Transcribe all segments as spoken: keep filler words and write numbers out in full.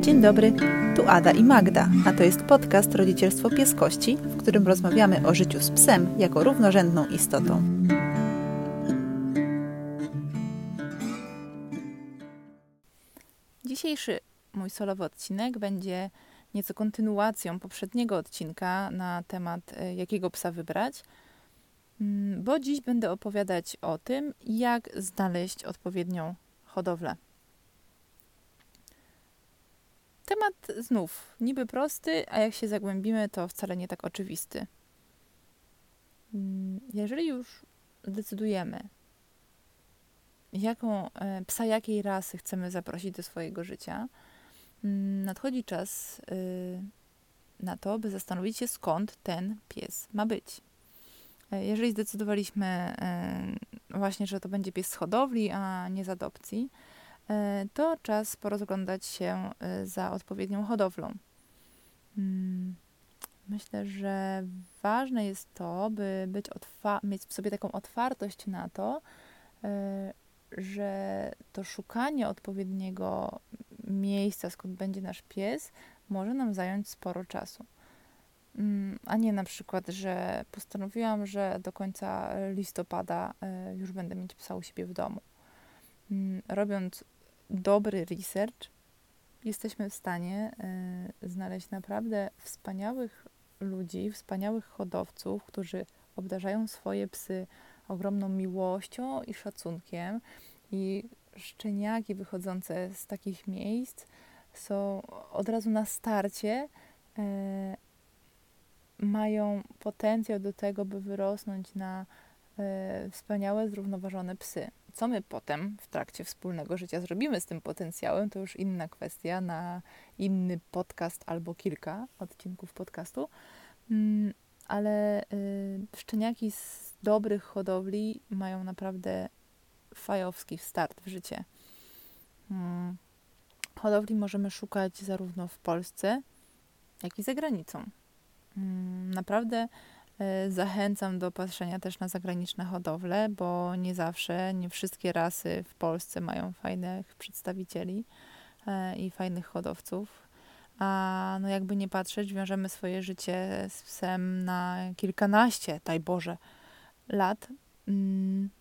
Dzień dobry, tu Ada i Magda, a to jest podcast Rodzicielstwo Pieskości, w którym rozmawiamy o życiu z psem jako równorzędną istotą. Dzisiejszy mój solowy odcinek będzie nieco kontynuacją poprzedniego odcinka na temat jakiego psa wybrać, bo dziś będę opowiadać o tym, jak znaleźć odpowiednią hodowlę. Temat znów niby prosty, a jak się zagłębimy, to wcale nie tak oczywisty. Jeżeli już zdecydujemy, jaką psa jakiej rasy chcemy zaprosić do swojego życia, nadchodzi czas na to, by zastanowić się, skąd ten pies ma być. Jeżeli zdecydowaliśmy właśnie, że to będzie pies z hodowli, a nie z adopcji, to czas porozglądać się za odpowiednią hodowlą. Myślę, że ważne jest to, by być otwa- mieć w sobie taką otwartość na to, że to szukanie odpowiedniego miejsca, skąd będzie nasz pies, może nam zająć sporo czasu. A nie na przykład, że postanowiłam, że do końca listopada już będę mieć psa u siebie w domu. Robiąc dobry research, jesteśmy w stanie y, znaleźć naprawdę wspaniałych ludzi, wspaniałych hodowców, którzy obdarzają swoje psy ogromną miłością i szacunkiem. I szczeniaki wychodzące z takich miejsc są od razu na starcie, y, mają potencjał do tego, by wyrosnąć na y, wspaniałe, zrównoważone psy. Co my potem w trakcie wspólnego życia zrobimy z tym potencjałem, to już inna kwestia na inny podcast albo kilka odcinków podcastu. Ale y, szczeniaki z dobrych hodowli mają naprawdę fajowski start w życie. Hmm. Hodowli możemy szukać zarówno w Polsce, jak i za granicą. Hmm. Naprawdę zachęcam do patrzenia też na zagraniczne hodowle, bo nie zawsze, nie wszystkie rasy w Polsce mają fajnych przedstawicieli e, i fajnych hodowców. A no jakby nie patrzeć, wiążemy swoje życie z psem na kilkanaście, daj Boże, lat. Mm.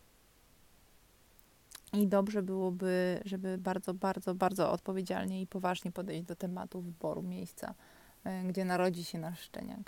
I dobrze byłoby, żeby bardzo, bardzo, bardzo odpowiedzialnie i poważnie podejść do tematu wyboru miejsca, e, gdzie narodzi się nasz szczeniak.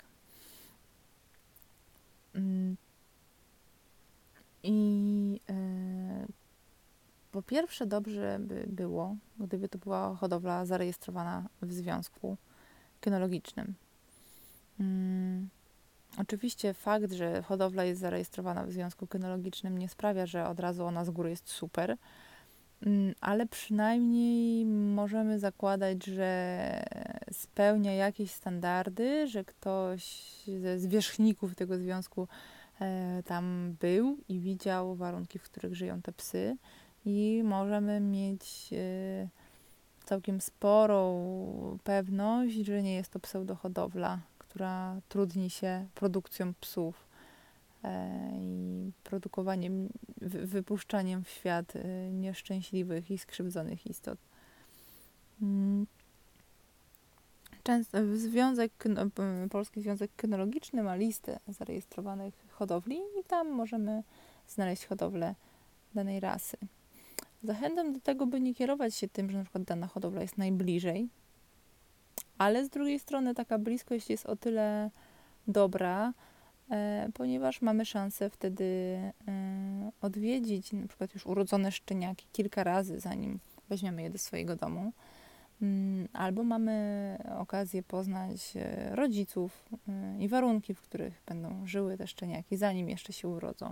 I e, po pierwsze dobrze by było, gdyby to była hodowla zarejestrowana w związku kynologicznym. Hmm. Oczywiście fakt, że hodowla jest zarejestrowana w związku kynologicznym nie sprawia, że od razu ona z góry jest super, hmm, ale przynajmniej możemy zakładać, że spełnia jakieś standardy, że ktoś ze zwierzchników tego związku e, tam był i widział warunki, w których żyją te psy i możemy mieć e, całkiem sporą pewność, że nie jest to pseudohodowla, która trudni się produkcją psów e, i produkowaniem, wy, wypuszczaniem w świat e, nieszczęśliwych i skrzywdzonych istot. Hmm. Często Związek, Polski Związek Kynologiczny ma listę zarejestrowanych hodowli i tam możemy znaleźć hodowlę danej rasy. Zachęcam do tego, by nie kierować się tym, że na przykład dana hodowla jest najbliżej, ale z drugiej strony taka bliskość jest o tyle dobra, e, ponieważ mamy szansę wtedy e, odwiedzić na przykład już urodzone szczeniaki kilka razy, zanim weźmiemy je do swojego domu. Albo mamy okazję poznać rodziców i warunki, w których będą żyły te szczeniaki, zanim jeszcze się urodzą.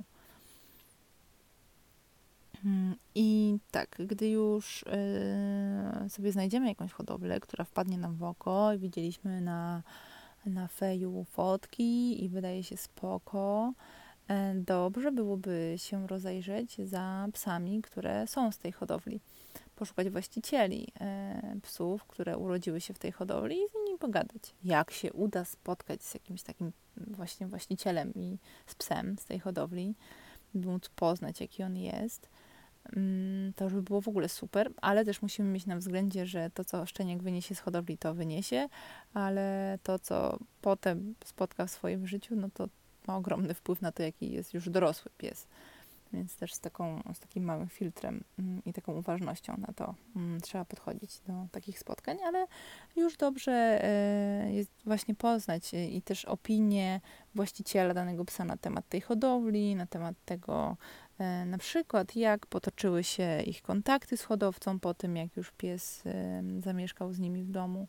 I tak, gdy już sobie znajdziemy jakąś hodowlę, która wpadnie nam w oko i widzieliśmy na, na feju fotki i wydaje się spoko, dobrze byłoby się rozejrzeć za psami, które są z tej hodowli. Poszukać właścicieli e, psów, które urodziły się w tej hodowli i z nimi pogadać. Jak się uda spotkać z jakimś takim właśnie właścicielem i z psem z tej hodowli, by móc poznać, jaki on jest. to już by było w ogóle super, ale też musimy mieć na względzie, że to, co szczeniak wyniesie z hodowli, to wyniesie, ale to, co potem spotka w swoim życiu, no to ma ogromny wpływ na to, jaki jest już dorosły pies. Więc też z, taką, z takim małym filtrem mm, i taką uważnością na to mm, trzeba podchodzić do takich spotkań, ale już dobrze e, jest właśnie poznać e, i też opinię właściciela danego psa na temat tej hodowli, na temat tego e, na przykład jak potoczyły się ich kontakty z hodowcą po tym, jak już pies e, zamieszkał z nimi w domu.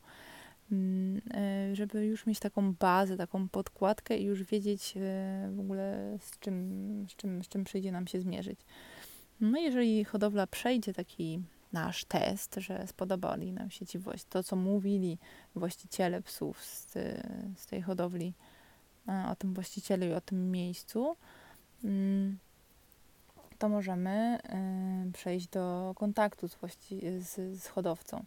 Żeby już mieć taką bazę, taką podkładkę i już wiedzieć w ogóle z czym, z czym, z czym przyjdzie nam się zmierzyć. No jeżeli hodowla przejdzie taki nasz test, że spodobali nam się ci właś- to, co mówili właściciele psów z, z tej hodowli o tym właścicielu i o tym miejscu, to możemy przejść do kontaktu z, właści- z, z hodowcą.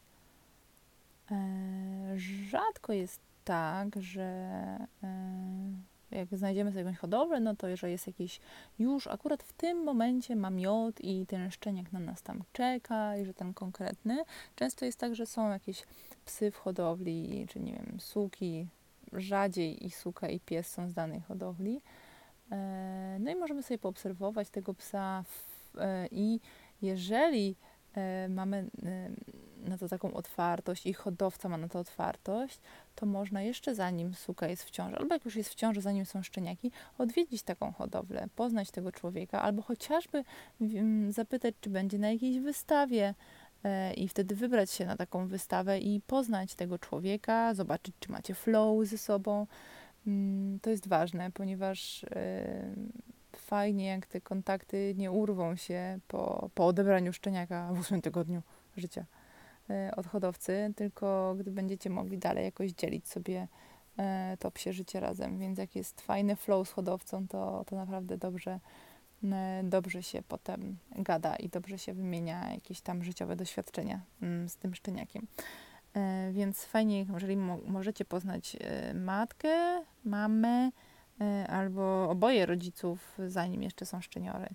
Rzadko jest tak, że jak znajdziemy sobie jakąś hodowlę, no to że jest jakiś już akurat w tym momencie ma miód i ten szczeniak na nas tam czeka i że ten konkretny. Często jest tak, że są jakieś psy w hodowli, czy nie wiem, suki, rzadziej i suka i pies są z danej hodowli. No i możemy sobie poobserwować tego psa i jeżeli mamy na to taką otwartość i hodowca ma na to otwartość, to można jeszcze zanim suka jest w ciąży, albo jak już jest w ciąży, zanim są szczeniaki, odwiedzić taką hodowlę, poznać tego człowieka, albo chociażby zapytać, czy będzie na jakiejś wystawie i wtedy wybrać się na taką wystawę i poznać tego człowieka, zobaczyć, czy macie flow ze sobą. To jest ważne, ponieważ fajnie, jak te kontakty nie urwą się po, po odebraniu szczeniaka w ósmym tygodniu życia od hodowcy, tylko gdy będziecie mogli dalej jakoś dzielić sobie to psie życie razem. Więc jak jest fajny flow z hodowcą, to, to naprawdę dobrze, dobrze się potem gada i dobrze się wymienia jakieś tam życiowe doświadczenia z tym szczeniakiem. Więc fajnie, jeżeli mo- możecie poznać matkę, mamę albo oboje rodziców, zanim jeszcze są szczeniory.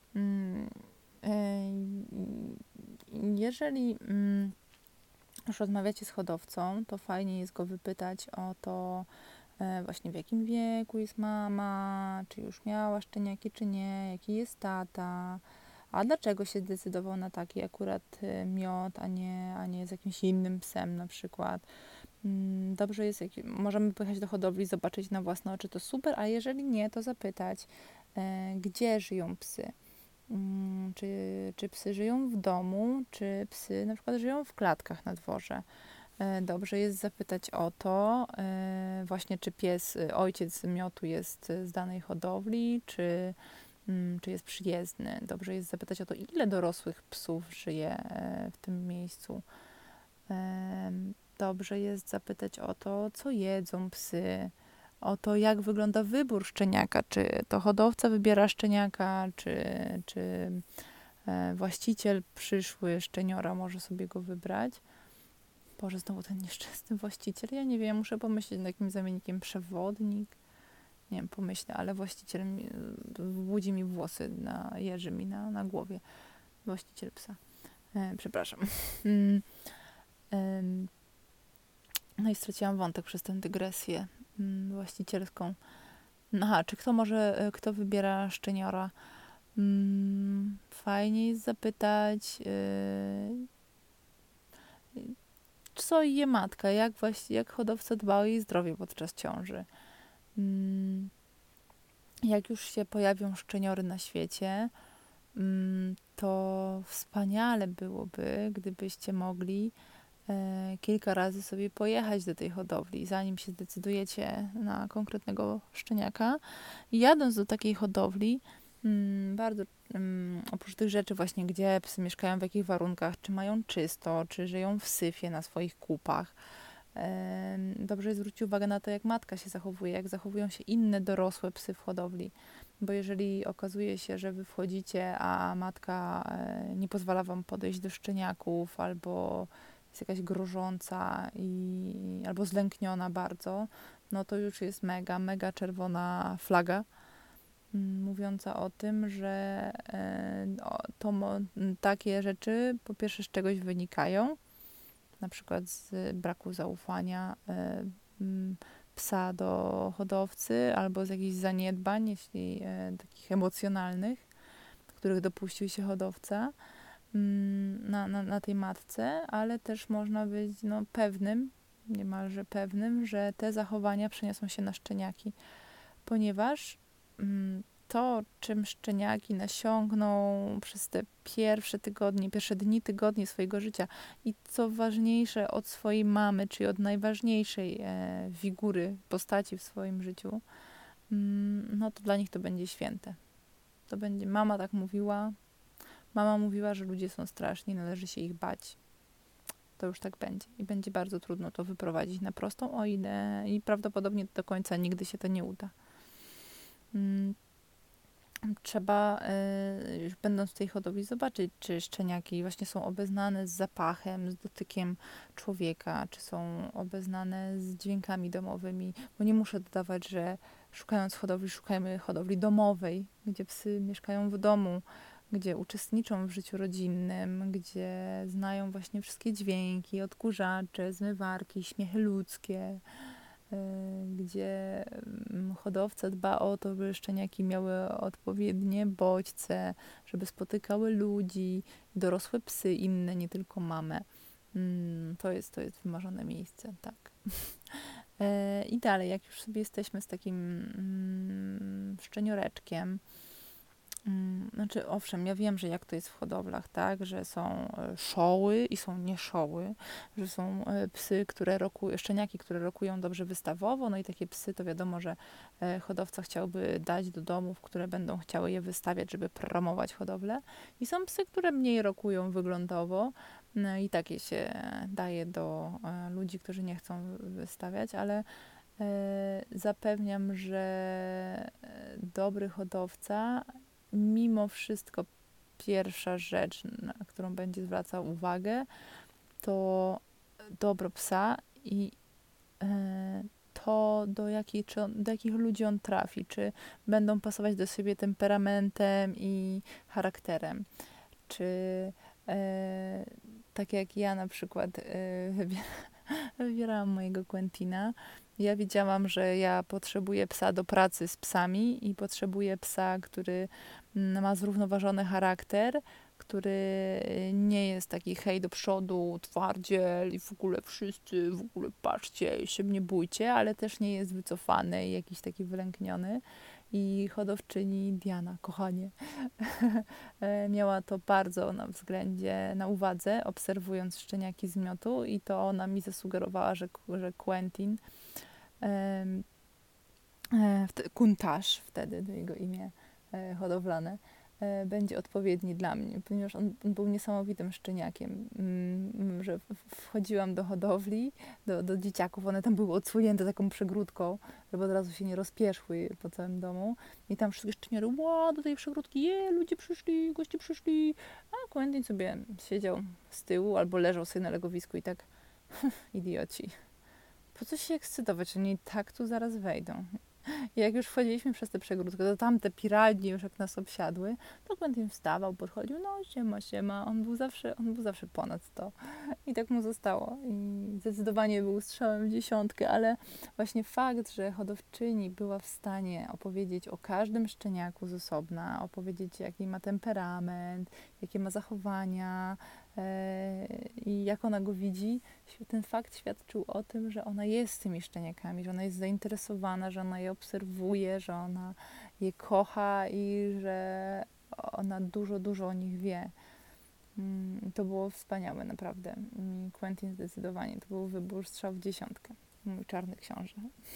Jeżeli już rozmawiacie z hodowcą, to fajnie jest go wypytać o to właśnie w jakim wieku jest mama, czy już miała szczeniaki, czy nie, jaki jest tata, a dlaczego się zdecydował na taki akurat miod, a nie, a nie z jakimś innym psem na przykład. Dobrze jest, jak możemy pojechać do hodowli, zobaczyć na własne oczy, to super, a jeżeli nie, to zapytać, gdzie żyją psy. Czy, czy psy żyją w domu, czy psy na przykład żyją w klatkach na dworze. Dobrze jest zapytać o to, właśnie czy pies, ojciec miotu jest z danej hodowli, czy, czy jest przyjezdny. Dobrze jest zapytać o to, ile dorosłych psów żyje w tym miejscu. Dobrze jest zapytać o to, co jedzą psy, o to, jak wygląda wybór szczeniaka, czy to hodowca wybiera szczeniaka, czy, czy właściciel przyszły szczeniora może sobie go wybrać. Boże, znowu ten nieszczęsny właściciel. Ja nie wiem, ja muszę pomyśleć nad jakimś zamiennikiem przewodnik. Nie wiem, pomyślę, ale właściciel mi, budzi mi włosy, na, jeży mi na, na głowie. Właściciel psa. E, przepraszam. Mm, em, no i straciłam wątek przez tę dygresję mm, właścicielską. Aha, czy kto może, kto wybiera szczeniora? Mm, fajnie jest zapytać, yy, co je matka, jak właśnie, jak hodowca dba o jej zdrowie podczas ciąży. Mm, jak już się pojawią szczeniory na świecie, mm, to wspaniale byłoby, gdybyście mogli e, kilka razy sobie pojechać do tej hodowli, zanim się zdecydujecie na konkretnego szczeniaka. I jadąc do takiej hodowli, mm, bardzo mm, oprócz tych rzeczy właśnie, gdzie psy mieszkają, w jakich warunkach, czy mają czysto, czy żyją w syfie na swoich kupach, e, dobrze jest zwrócić uwagę na to, jak matka się zachowuje, jak zachowują się inne dorosłe psy w hodowli. Bo jeżeli okazuje się, że wy wchodzicie, a matka e, nie pozwala wam podejść do szczeniaków, albo jest jakaś grożąca i albo zlękniona bardzo, no to już jest mega, mega czerwona flaga. mówiąca o tym, że to takie rzeczy po pierwsze z czegoś wynikają, na przykład z braku zaufania psa do hodowcy albo z jakichś zaniedbań, jeśli takich emocjonalnych, których dopuścił się hodowca na, na, na tej matce, ale też można być no, pewnym, niemalże pewnym, że te zachowania przeniosą się na szczeniaki, ponieważ mm, to, czym szczeniaki nasiągną przez te pierwsze tygodnie, pierwsze dni, tygodnie swojego życia i co ważniejsze od swojej mamy, czyli od najważniejszej e, figury, postaci w swoim życiu, mm, no to dla nich to będzie święte. To będzie, mama tak mówiła, mama mówiła, że ludzie są straszni, należy się ich bać. To już tak będzie. I będzie bardzo trudno to wyprowadzić na prostą, o ile i prawdopodobnie do końca nigdy się to nie uda. Hmm. Trzeba, y, już będąc w tej hodowli, zobaczyć, czy szczeniaki właśnie są obeznane z zapachem, z dotykiem człowieka, czy są obeznane z dźwiękami domowymi, bo nie muszę dodawać, że szukając hodowli, szukajmy hodowli domowej, gdzie psy mieszkają w domu, gdzie uczestniczą w życiu rodzinnym, gdzie znają właśnie wszystkie dźwięki, odkurzacze, zmywarki, śmiechy ludzkie, gdzie hodowca dba o to, by szczeniaki miały odpowiednie bodźce, żeby spotykały ludzi, dorosłe psy inne, nie tylko mamę. To jest, to jest wymarzone miejsce, tak. I dalej, jak już sobie jesteśmy z takim szczenioreczkiem, znaczy, owszem, ja wiem, że jak to jest w hodowlach, tak, że są szoły i są nieszoły, że są psy, które rokują, szczeniaki, które rokują dobrze wystawowo, no i takie psy, to wiadomo, że hodowca chciałby dać do domów, które będą chciały je wystawiać, żeby promować hodowlę. I są psy, które mniej rokują wyglądowo, no i takie się daje do ludzi, którzy nie chcą wystawiać, ale zapewniam, że dobry hodowca mimo wszystko pierwsza rzecz, na którą będzie zwracał uwagę, to dobro psa i e, to, do, jakiej, czy on, do jakich ludzi on trafi, czy będą pasować do siebie temperamentem i charakterem, czy e, tak jak ja na przykład e, wybiera, wybierałam mojego Quentina. Ja wiedziałam, że ja potrzebuję psa do pracy z psami i potrzebuję psa, który ma zrównoważony charakter, który nie jest taki hej do przodu, twardziel i w ogóle wszyscy, w ogóle patrzcie, się mnie bójcie, ale też nie jest wycofany i jakiś taki wylękniony. I hodowczyni Diana, kochanie, miała to bardzo na względzie, na uwadze, obserwując szczeniaki z miotu i to ona mi zasugerowała, że, że Quentin, e, Kuntasz wtedy to jego imię e, hodowlane, e, będzie odpowiedni dla mnie, ponieważ on, on był niesamowitym szczeniakiem, mm, że wchodziłam do hodowli, do, do dzieciaków, one tam były odsłonięte taką przegródką, żeby od razu się nie rozpieszły po całym domu i tam wszystkie szczeniary, ła, do tej przegródki, je, ludzie przyszli, goście przyszli, a Quentin sobie siedział z tyłu albo leżał sobie na legowisku i tak, idioci, po co się ekscytować, oni i tak tu zaraz wejdą. I jak już wchodziliśmy przez tę przegródkę, to tamte piralnie już jak nas obsiadły, to Quentin wstawał, podchodził, no siema, siema, on był zawsze, on był zawsze ponad to. I tak mu zostało. I zdecydowanie był strzałem w dziesiątkę, ale właśnie fakt, że hodowczyni była w stanie opowiedzieć o każdym szczeniaku z osobna, opowiedzieć jaki ma temperament, jakie ma zachowania, i jak ona go widzi, ten fakt świadczył o tym, że ona jest z tymi szczeniakami, że ona jest zainteresowana, że ona je obserwuje, że ona je kocha i że ona dużo, dużo o nich wie. To było wspaniałe, naprawdę. Quentin zdecydowanie. To był wybór strzał w dziesiątkę. Mój czarny książę.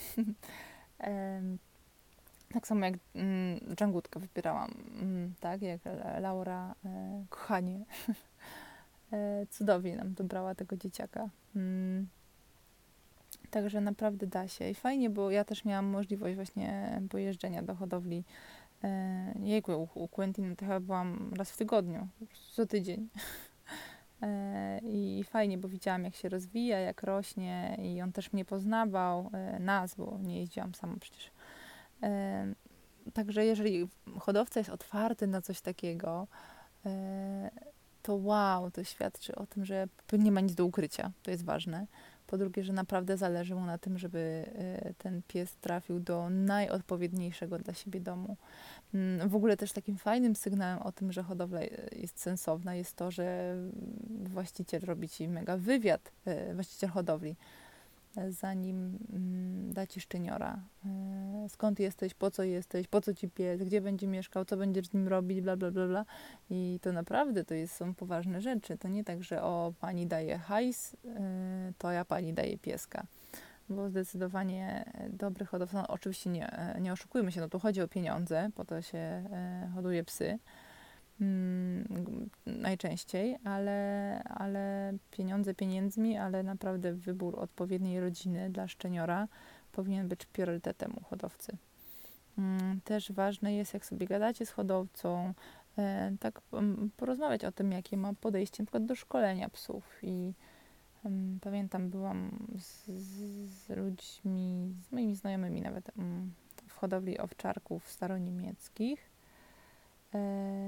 Tak samo jak Dżangutkę wybierałam, tak, jak Laura, kochanie. Cudownie nam dobrała tego dzieciaka. Hmm. Także naprawdę da się. I fajnie, bo ja też miałam możliwość właśnie pojeżdżenia do hodowli. E, jejku, u, u Quentina to chyba byłam raz w tygodniu, co tydzień. E, I fajnie, bo widziałam, jak się rozwija, jak rośnie i on też mnie poznawał, e, nas, bo nie jeździłam sama przecież. E, także jeżeli hodowca jest otwarty na coś takiego, e, to wow, to świadczy o tym, że nie ma nic do ukrycia. To jest ważne. Po drugie, że naprawdę zależy mu na tym, żeby e, ten pies trafił do najodpowiedniejszego dla siebie domu. Mm, W ogóle też takim fajnym sygnałem o tym, że hodowla jest sensowna, jest to, że właściciel robi ci mega wywiad, e, właściciel hodowli, e, zanim mm, da ci szczeniora. E, Skąd jesteś, po co jesteś, po co ci pies, gdzie będzie mieszkał, co będziesz z nim robić, bla, bla, bla, bla. I to naprawdę to jest, są poważne rzeczy. To nie tak, że o, pani daje hajs, e, to ja pani daję pieska. Bo zdecydowanie dobry hodowca, no oczywiście nie, nie oszukujmy się, no tu chodzi o pieniądze, po to się e, hoduje psy mm, najczęściej, ale, ale pieniądze pieniędzmi, ale naprawdę wybór odpowiedniej rodziny dla szczeniora powinien być priorytetem u hodowcy. Mm, też ważne jest, jak sobie gadacie z hodowcą, e, tak mm, porozmawiać o tym, jakie ma podejście na przykład do szkolenia psów i Em, Pamiętam, byłam z, z ludźmi, z moimi znajomymi nawet em, w hodowli owczarków staroniemieckich e,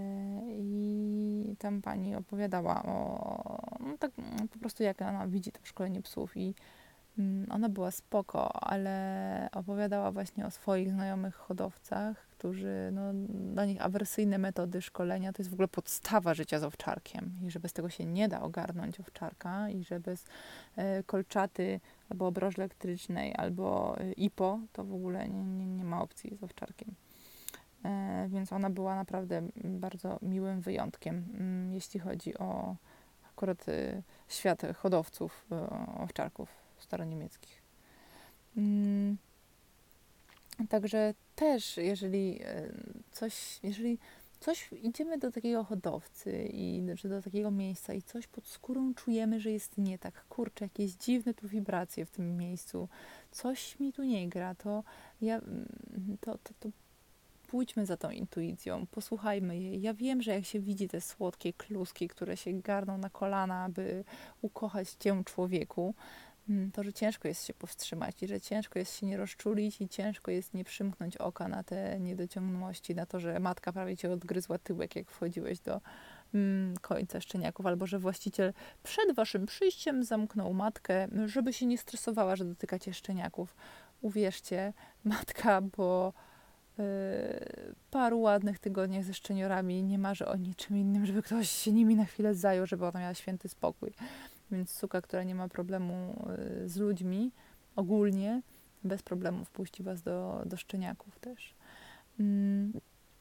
i tam pani opowiadała o, no tak mm, po prostu jak ona widzi to szkolenie psów i mm, ona była spoko, ale opowiadała właśnie o swoich znajomych hodowcach, którzy, no dla nich awersyjne metody szkolenia to jest w ogóle podstawa życia z owczarkiem i że bez tego się nie da ogarnąć owczarka i że bez e, kolczaty albo obroży elektrycznej albo e, I P O to w ogóle nie, nie, nie ma opcji z owczarkiem. E, więc ona była naprawdę bardzo miłym wyjątkiem, mm, jeśli chodzi o akurat e, świat hodowców e, owczarków staroniemieckich. Mm, Także też, jeżeli e, coś, jeżeli coś idziemy do takiego hodowcy i czy do takiego miejsca i coś pod skórą czujemy, że jest nie tak, kurczę, jakieś dziwne tu wibracje w tym miejscu, coś mi tu nie gra, to ja, mm, to, to, to pójdźmy za tą intuicją, posłuchajmy jej. Ja wiem, że jak się widzi te słodkie kluski, które się garną na kolana, aby ukochać cię człowieku, mm, to, że ciężko jest się powstrzymać i że ciężko jest się nie rozczulić i ciężko jest nie przymknąć oka na te niedociągnięłości, na to, że matka prawie cię odgryzła tyłek, jak wchodziłeś do mm, końca szczeniaków, albo że właściciel przed waszym przyjściem zamknął matkę, żeby się nie stresowała, że dotykacie szczeniaków. Uwierzcie, matka, bo y, paru ładnych tygodniach ze szczeniorami nie marzy o niczym innym, żeby ktoś się nimi na chwilę zajął, żeby ona miała święty spokój. Więc suka, która nie ma problemu y, z ludźmi ogólnie, bez problemu wpuści was do, do szczeniaków też. Mm,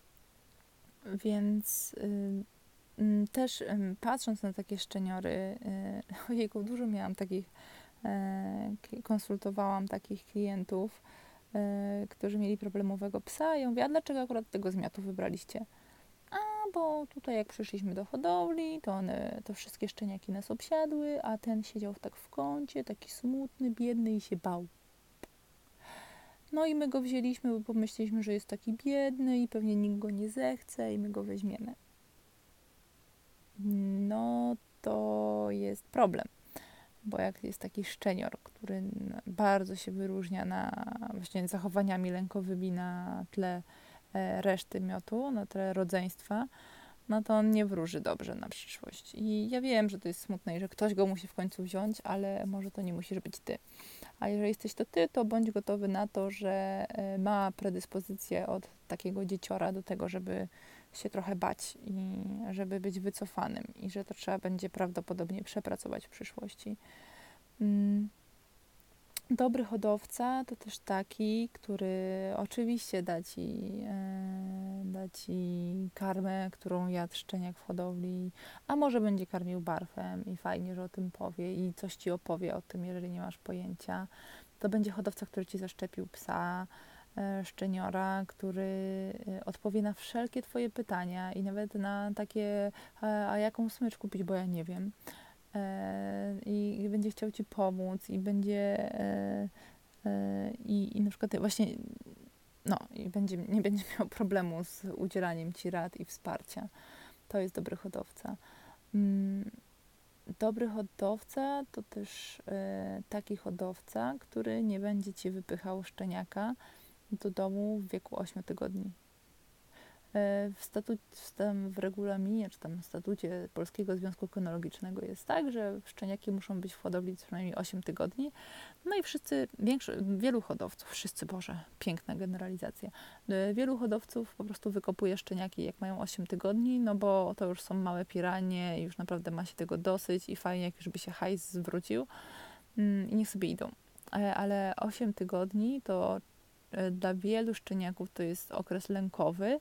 więc y, mm, też y, patrząc na takie szczeniory, y, ojejku, dużo miałam takich, y, konsultowałam takich klientów, y, którzy mieli problemowego psa i ja mówię, a dlaczego akurat tego zmiotu wybraliście? Bo tutaj jak przyszliśmy do hodowli, to one, to wszystkie szczeniaki nas obsiadły, a ten siedział tak w kącie, taki smutny, biedny i się bał. No i my go wzięliśmy, bo pomyśleliśmy, że jest taki biedny i pewnie nikt go nie zechce i my go weźmiemy. No to jest problem, bo jak jest taki szczenior, który bardzo się wyróżnia na właśnie zachowaniami lękowymi na tle reszty miotu, na tle rodzeństwa, no to on nie wróży dobrze na przyszłość. I ja wiem, że to jest smutne i że ktoś go musi w końcu wziąć, ale może to nie musisz być ty. A jeżeli jesteś to ty, to bądź gotowy na to, że ma predyspozycję od takiego dzieciora do tego, żeby się trochę bać i żeby być wycofanym i że to trzeba będzie prawdopodobnie przepracować w przyszłości. Mm. Dobry hodowca to też taki, który oczywiście da ci, e, da ci karmę, którą jadł szczeniak w hodowli, a może będzie karmił barfem i fajnie, że o tym powie i coś ci opowie o tym, jeżeli nie masz pojęcia. To będzie hodowca, który ci zaszczepił psa, e, szczeniora, który e, odpowie na wszelkie twoje pytania i nawet na takie, a, a jaką smycz kupić, bo ja nie wiem. I, i będzie chciał ci pomóc i będzie e, e, i, i na przykład właśnie no i będzie, nie będzie miał problemu z udzielaniem ci rad i wsparcia. To jest dobry hodowca. Mm, dobry hodowca to też e, taki hodowca, który nie będzie ci wypychał szczeniaka do domu w wieku ośmiu tygodni. W, statu- w, tam w regulaminie, czy tam statucie Polskiego Związku Kynologicznego jest tak, że szczeniaki muszą być w hodowli co najmniej osiem tygodni. No i wszyscy, większy, wielu hodowców, wszyscy, Boże, piękna generalizacja, wielu hodowców po prostu wykopuje szczeniaki, jak mają osiem tygodni, no bo to już są małe piranie i już naprawdę ma się tego dosyć i fajnie, jak już by się hajs zwrócił i niech sobie idą. Ale osiem tygodni to dla wielu szczeniaków to jest okres lękowy.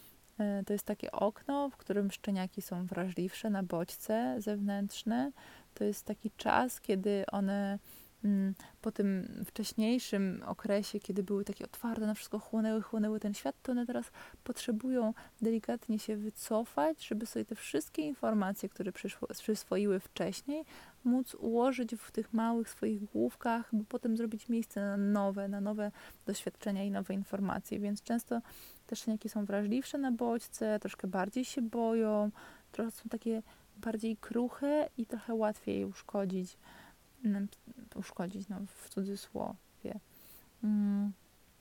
To jest takie okno, w którym szczeniaki są wrażliwsze na bodźce zewnętrzne. To jest taki czas, kiedy one mm, po tym wcześniejszym okresie, kiedy były takie otwarte, na wszystko chłonęły, chłonęły ten świat, to one teraz potrzebują delikatnie się wycofać, żeby sobie te wszystkie informacje, które przyszło, przyswoiły wcześniej, móc ułożyć w tych małych swoich główkach, by potem zrobić miejsce na nowe, na nowe doświadczenia i nowe informacje. Więc często te szczeniaki są wrażliwsze na bodźce, troszkę bardziej się boją, trochę są takie bardziej kruche i trochę łatwiej uszkodzić, uszkodzić, no w cudzysłowie. Mm,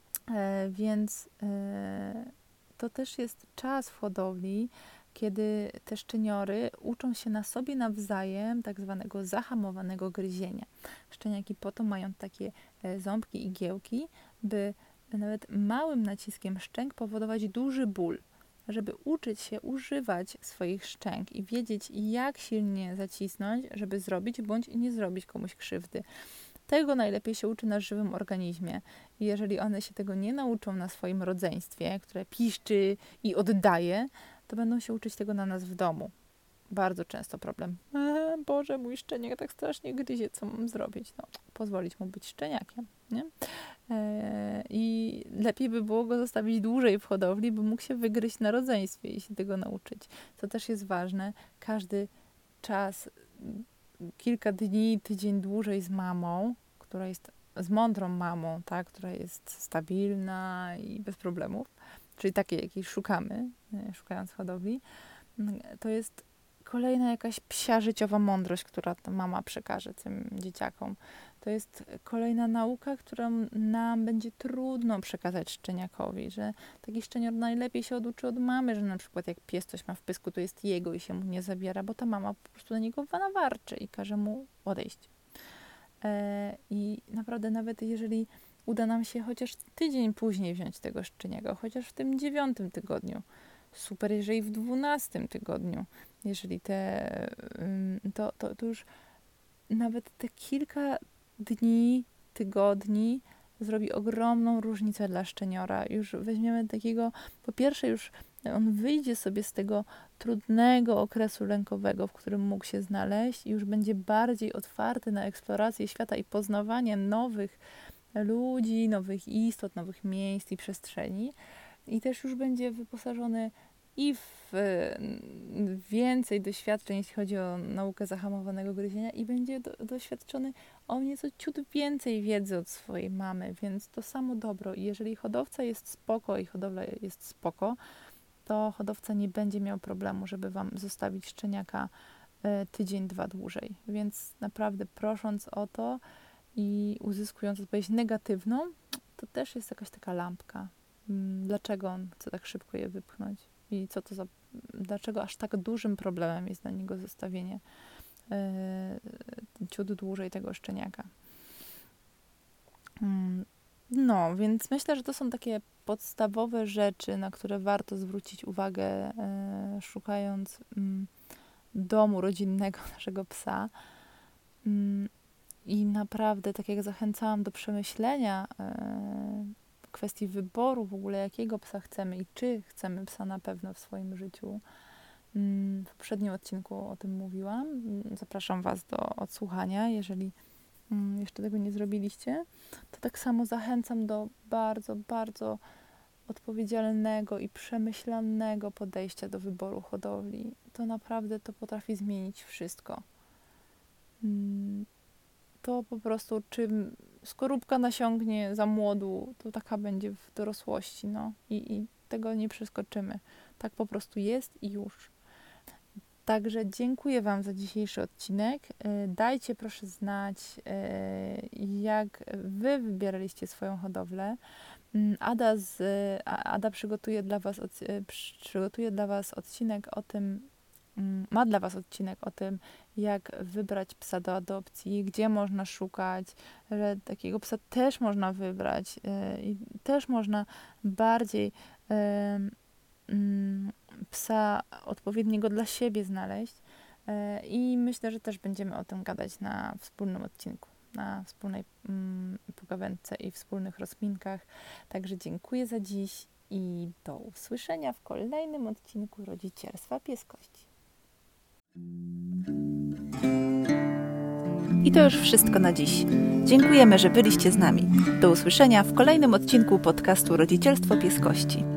e, więc e, to też jest czas w hodowli, kiedy te szczeniory uczą się na sobie nawzajem tak zwanego zahamowanego gryzienia. Szczeniaki po to mają takie e, ząbki, igiełki, by nawet małym naciskiem szczęk powodować duży ból, żeby uczyć się używać swoich szczęk i wiedzieć, jak silnie zacisnąć, żeby zrobić bądź nie zrobić komuś krzywdy. Tego najlepiej się uczy na żywym organizmie. I jeżeli one się tego nie nauczą na swoim rodzeństwie, które piszczy i oddaje, to będą się uczyć tego na nas w domu. Bardzo często problem. E, Boże, mój szczeniak tak strasznie gryzie, co mam zrobić? No, pozwolić mu być szczeniakiem, nie? E, I lepiej by było go zostawić dłużej w hodowli, by mógł się wygryźć na rodzeństwie i się tego nauczyć. Co też jest ważne, każdy czas, kilka dni, tydzień dłużej z mamą, która jest z mądrą mamą, tak, która jest stabilna i bez problemów, czyli takiej, jakiej szukamy, szukając hodowli, to jest kolejna jakaś psia życiowa mądrość, która ta mama przekaże tym dzieciakom. To jest kolejna nauka, którą nam będzie trudno przekazać szczeniakowi, że taki szczenior najlepiej się oduczy od mamy, że na przykład jak pies coś ma w pysku, to jest jego i się mu nie zabiera, bo ta mama po prostu na niego nawarczy i każe mu odejść. E, I naprawdę nawet jeżeli uda nam się chociaż tydzień później wziąć tego szczeniaka, chociaż w tym dziewiątym tygodniu, super, jeżeli w dwunastym tygodniu, jeżeli te, to, to, to już nawet te kilka dni, tygodni zrobi ogromną różnicę dla szczeniora. Już weźmiemy takiego, po pierwsze już on wyjdzie sobie z tego trudnego okresu lękowego, w którym mógł się znaleźć i już będzie bardziej otwarty na eksplorację świata i poznawanie nowych ludzi, nowych istot, nowych miejsc i przestrzeni. I też już będzie wyposażony i w więcej doświadczeń, jeśli chodzi o naukę zahamowanego gryzienia, i będzie do, doświadczony o nieco ciut więcej wiedzy od swojej mamy, więc to samo dobro. I jeżeli hodowca jest spoko i hodowla jest spoko, to hodowca nie będzie miał problemu, żeby wam zostawić szczeniaka y, tydzień, dwa dłużej. Więc naprawdę prosząc o to i uzyskując odpowiedź negatywną, to też jest jakaś taka lampka. Dlaczego on chce tak szybko je wypchnąć? I co to za, dlaczego aż tak dużym problemem jest dla niego zostawienie yy, ciut dłużej tego szczeniaka. Yy, no, więc myślę, że to są takie podstawowe rzeczy, na które warto zwrócić uwagę, yy, szukając yy, domu rodzinnego naszego psa. Yy, I naprawdę, tak jak zachęcałam do przemyślenia yy, kwestii wyboru w ogóle, jakiego psa chcemy i czy chcemy psa na pewno w swoim życiu. W poprzednim odcinku o tym mówiłam. Zapraszam Was do odsłuchania, jeżeli jeszcze tego nie zrobiliście. To tak samo zachęcam do bardzo, bardzo odpowiedzialnego i przemyślanego podejścia do wyboru hodowli. To naprawdę to potrafi zmienić wszystko. To po prostu, czym skorupka nasiągnie za młodu, to taka będzie w dorosłości, no. I, i tego nie przeskoczymy. Tak po prostu jest i już. Także dziękuję Wam za dzisiejszy odcinek. Dajcie proszę znać, jak Wy wybieraliście swoją hodowlę. Ada, z, Ada przygotuje dla was, przygotuje dla was odcinek o tym, ma dla was odcinek o tym, jak wybrać psa do adopcji, gdzie można szukać, że takiego psa też można wybrać i też można bardziej psa odpowiedniego dla siebie znaleźć. I myślę, że też będziemy o tym gadać na wspólnym odcinku, na wspólnej mm, pogawędce i wspólnych rozkminkach. Także dziękuję za dziś i do usłyszenia w kolejnym odcinku Rodzicielstwa Pieskości. I to już wszystko na dziś. Dziękujemy, że byliście z nami. Do usłyszenia w kolejnym odcinku podcastu Rodzicielstwo Pieskości.